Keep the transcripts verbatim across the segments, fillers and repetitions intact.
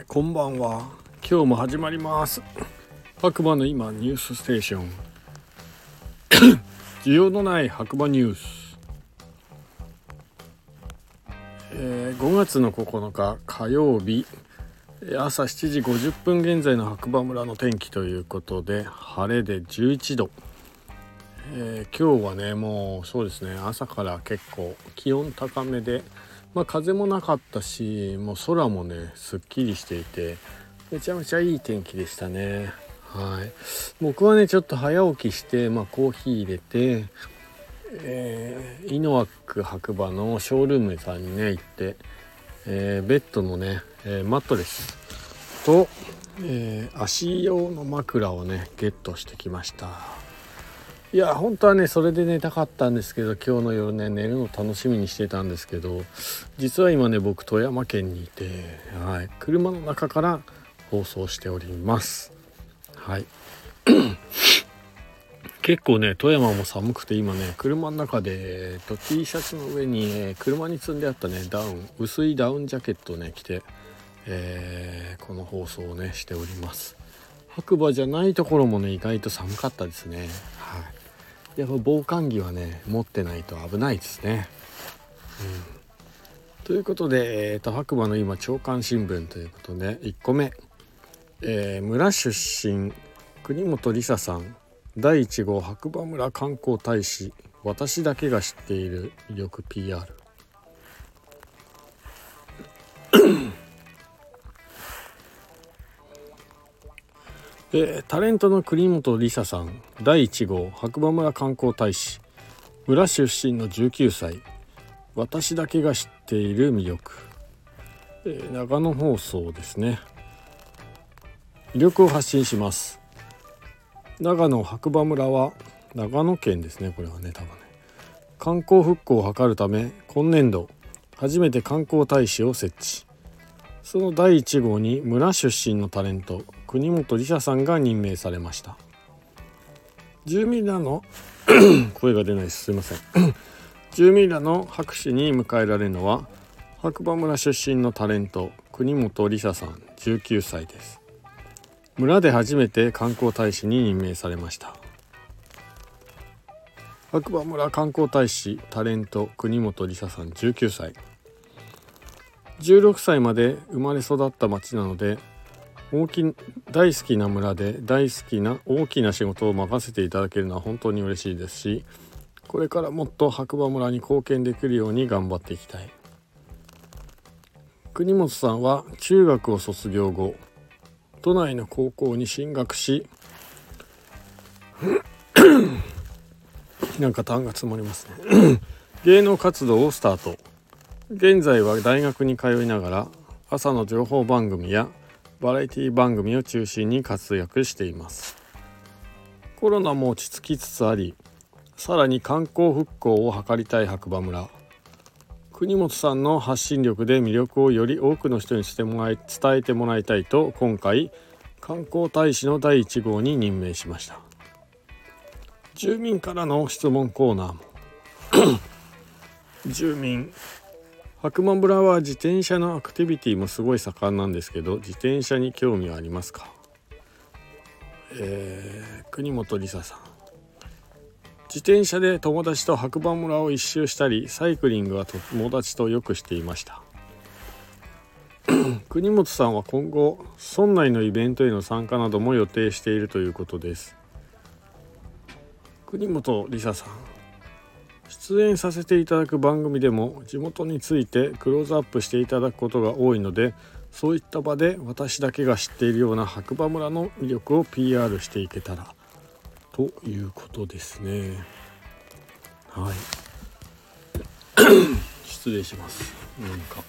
こんばんは。今日も始まります。白馬の今ニュースステーション需要のない白馬ニュース、えー、ごがつのここのか火曜日、朝しちじごじゅっぷん現在の白馬村の天気ということで、晴れでじゅういちど、えー、今日はねもうそうですね、朝から結構気温高めで、まあ、風もなかったし、もう空もねすっきりしていて、めちゃめちゃいい天気でしたね。はい、僕はねちょっと早起きして、まあ、コーヒー入れて、えー、イノワック白馬のショールームさんにね行って、えー、ベッドのね、えー、マットレスと、えー、足用の枕をねゲットしてきました。いや本当はねそれで寝たかったんですけど、今日の夜ね寝るの楽しみにしてたんですけど、実は今ね僕富山県にいて、はい、車の中から放送しております。はい結構ね富山も寒くて、今ね車の中で、えっと、T シャツの上に、えー、車に積んであったねダウン薄いダウンジャケットをね着て、えー、この放送をねしております。白馬じゃないところもね意外と寒かったですね。はい、やっぱ防寒着はね持ってないと危ないですね。うん、ということで、えー、と白馬の今朝刊新聞ということでいっこめ、えー、村出身国本梨沙さんだいいち号白馬村観光大使、私だけが知っている魅力 ピーアール。でタレントの国本梨沙さんだいいち号白馬村観光大使、村出身のじゅうきゅうさい、私だけが知っている魅力。で長野放送ですね。魅力を発信します。長野白馬村は長野県ですね、これはね多分ね観光復興を図るため今年度初めて観光大使を設置。そのだいいち号に村出身のタレント国本梨沙さんが任命されました。住民らの声が出ないです、すいません住民らの拍手に迎えられるのは白馬村出身のタレント国本梨沙さんじゅうきゅうさいです。村で初めて観光大使に任命されました。白馬村観光大使タレント国本梨沙さんじゅうきゅうさい、じゅうろくさいまで生まれ育った町なので、大き大好きな村で大好きな大きな仕事を任せていただけるのは本当に嬉しいですし、これからもっと白馬村に貢献できるように頑張っていきたい。国本さんは中学を卒業後都内の高校に進学しなんか痰が詰まりますね芸能活動をスタート。現在は大学に通いながら朝の情報番組やバラエティ番組を中心に活躍しています。コロナも落ち着きつつあり、さらに観光復興を図りたい白馬村。国本さんの発信力で魅力をより多くの人にしてもらい伝えてもらいたいと、今回観光大使のだいいち号に任命しました。住民からの質問コーナーも住民、白馬村は自転車のアクティビティもすごい盛んなんですけど、自転車に興味はありますか？えー、国本梨沙さん、自転車で友達と白馬村を一周したり、サイクリングは友達とよくしていました国本さんは今後村内のイベントへの参加なども予定しているということです。国本梨沙さん、出演させていただく番組でも地元についてクローズアップしていただくことが多いので、そういった場で私だけが知っているような白馬村の魅力を ピーアール していけたらということですね。はい失礼します。なんか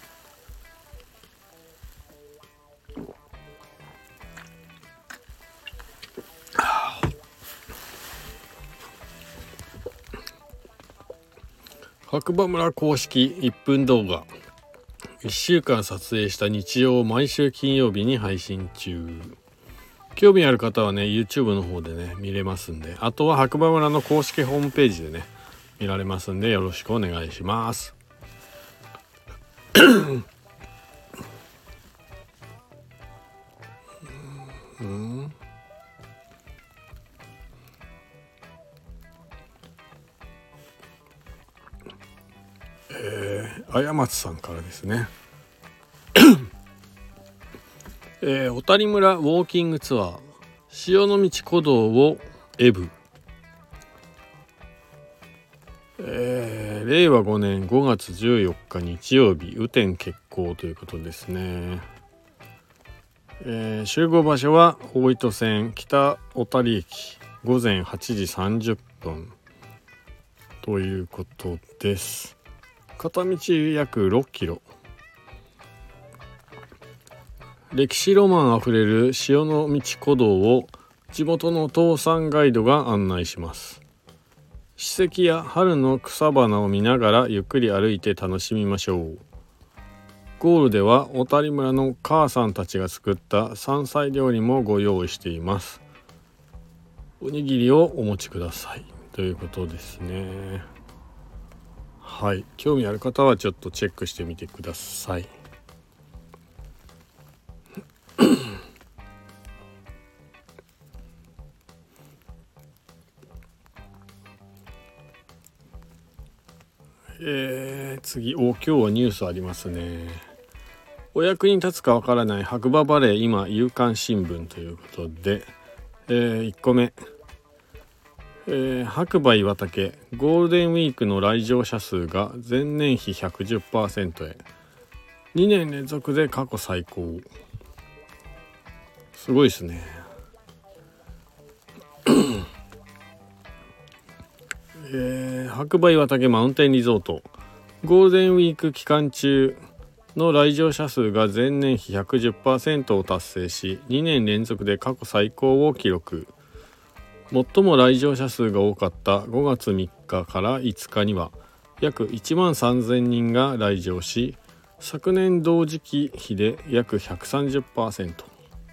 白馬村公式いっぷん動画、いっしゅうかん撮影した日常を毎週金曜日に配信中。興味ある方はね YouTube の方でね見れますんで、あとは白馬村の公式ホームページでね見られますんで、よろしくお願いしますうんえー、あやまつさんからですね、えー、小谷村ウォーキングツアー潮の道古道をエブ、えー、れいわごねんごがつじゅうよっか日曜日雨天決行ということですね。えー、集合場所は大糸線北小谷駅ごぜんはちじさんじゅっぷんということです。片道約ろっキロ、歴史ロマンあふれる潮の道古道を地元の登山ガイドが案内します。史跡や春の草花を見ながらゆっくり歩いて楽しみましょう。ゴールでは小谷村の母さんたちが作った山菜料理もご用意しています。おにぎりをお持ちくださいということですね。はい、興味ある方はちょっとチェックしてみてください。えー、次お今日はニュースありますね。お役に立つかわからない白馬バレー今夕刊新聞ということで、えー、いっこめ、えー、白馬岩岳ゴールデンウィークの来場者数が前年比 ひゃくじゅっパーセント へ、にねん連続で過去最高。すごいですね。えー、白馬岩岳マウンテンリゾートゴールデンウィーク期間中の来場者数が前年比 ひゃくじゅっパーセント を達成し、にねん連続で過去最高を記録。最も来場者数が多かったごがつみっかからいつかには約いちまんさんぜんにんが来場し、昨年同時期比で約 ひゃくさんじゅっパーセント。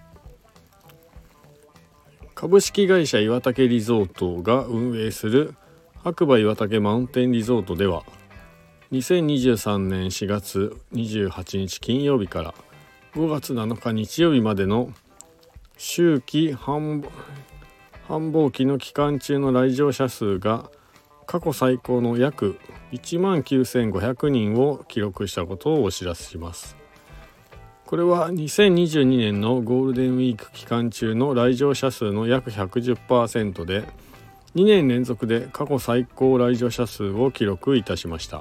株式会社岩岳リゾートが運営する白馬岩岳マウンテンリゾートでは、にせんにじゅうさんねんしがつにじゅうはちにち金曜日からごがつなのか日曜日までの秋季繁忙期の期間中の来場者数が過去最高の約いちまんきゅうせんごひゃくにんを記録したことをお知らせします。これはにせんにじゅうにねんのゴールデンウィーク期間中の来場者数の約 ひゃくじゅっパーセント で、にねん連続で過去最高来場者数を記録いたしました。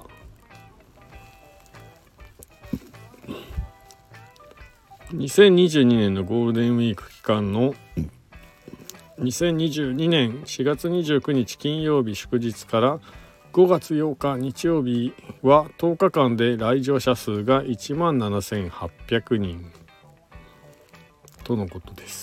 にせんにじゅうにねんのゴールデンウィーク期間のにせんにじゅうにねんしがつにじゅうくにち金曜日祝日からごがつようか日曜日はとおかかんで来場者数が いちまんななせんはっぴゃくにんとのことです。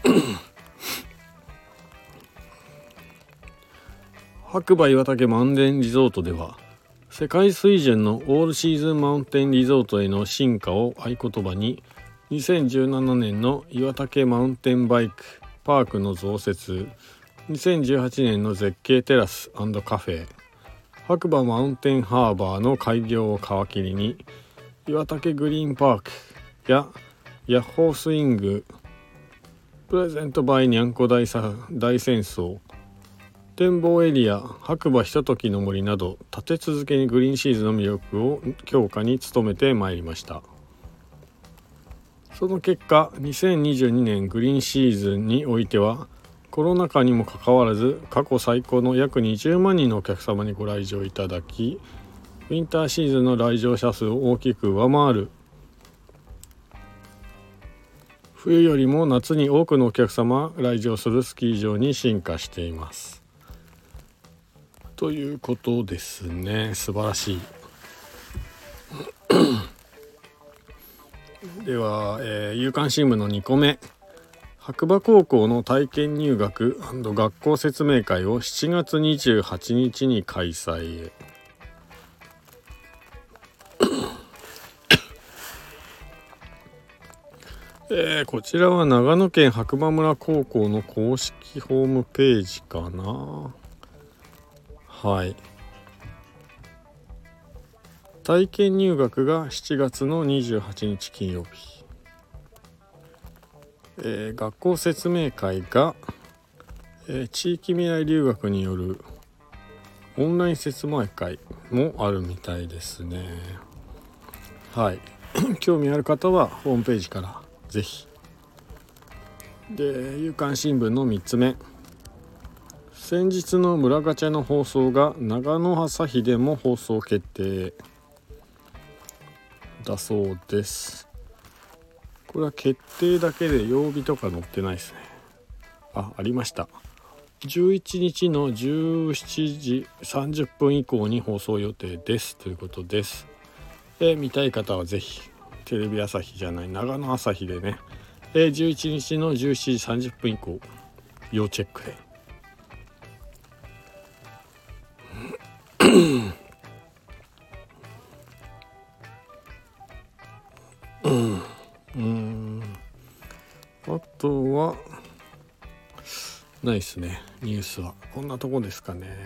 白馬岩岳マウンテンリゾートでは、世界水準のオールシーズンマウンテンリゾートへの進化を合言葉に、にせんじゅうななねんの岩岳マウンテンバイクパークの増設、にせんじゅうはちねんの絶景テラス&カフェ、白馬マウンテンハーバーの開業を皮切りに、岩岳グリーンパークやヤッホースイング、プレゼントバイにゃんこ 大, 大戦争、展望エリア白馬ひとときの森など立て続けにグリーンシーズンの魅力を強化に努めてまいりました。その結果にせんにじゅうにねんグリーンシーズンにおいては、コロナ禍にもかかわらず過去最高の約にじゅうまんにんのお客様にご来場いただき、ウィンターシーズンの来場者数を大きく上回る、冬よりも夏に多くのお客様が来場するスキー場に進化していますということですね。素晴らしい。では、えー、夕刊新聞のにこめ、白馬高校の体験入学&学校説明会をしちがつにじゅうはちにちに開催へ。えー、こちらは長野県白馬村高校の公式ホームページかな。はい。体験入学がしちがつのにじゅうはちにち金曜日。 えー、学校説明会が、えー、地域未来留学によるオンライン説明会もあるみたいですね。はい。興味ある方はホームページからぜひ。で、夕刊新聞のみっつめ、先日の村ガチャの放送が長野朝日でも放送決定だそうです。これは決定だけで曜日とか載ってないですね。あ、ありました。じゅういちにちのじゅうしちじさんじゅっぷん以降に放送予定ですということです。えー、見たい方はぜひテレビ朝日じゃない長野朝日でね、えー、じゅういちにちのじゅうしちじさんじゅっぷん以降要チェックでうん、うんあとはないですね。ニュースはこんなとこですかね。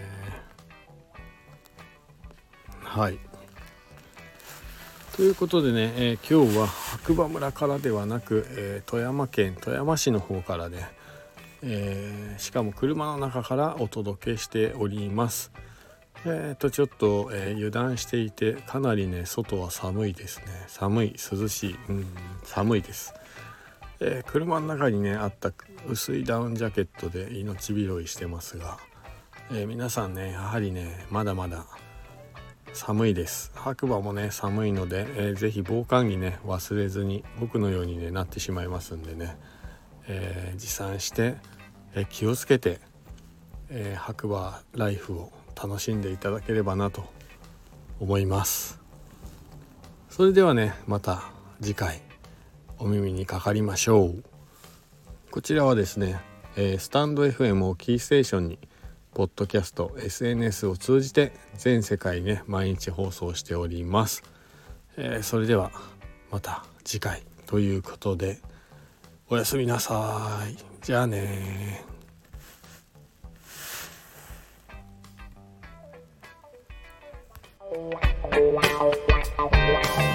はい、ということでね、えー、今日は白馬村からではなく、えー、富山県富山市の方からね、えー、しかも車の中からお届けしております。えーとちょっと、えー、油断していてかなりね外は寒いですね。寒い、涼しい、うん、寒いです。えー、車の中にねあった薄いダウンジャケットで命拾いしてますが、えー、皆さんねやはりねまだまだ寒いです。白馬もね寒いので、えー、ぜひ防寒着ね忘れずに、僕のように、ね、なってしまいますんでね、えー、持参して、えー、気をつけて、えー、白馬ライフを楽しんでいただければなと思います。それではねまた次回お耳にかかりましょう。こちらはですね、えー、スタンド エフエム をキーステーションにポッドキャスト エスエヌエス を通じて全世界ね毎日放送しております。えー、それではまた次回ということでおやすみなさい。じゃあね。Wow.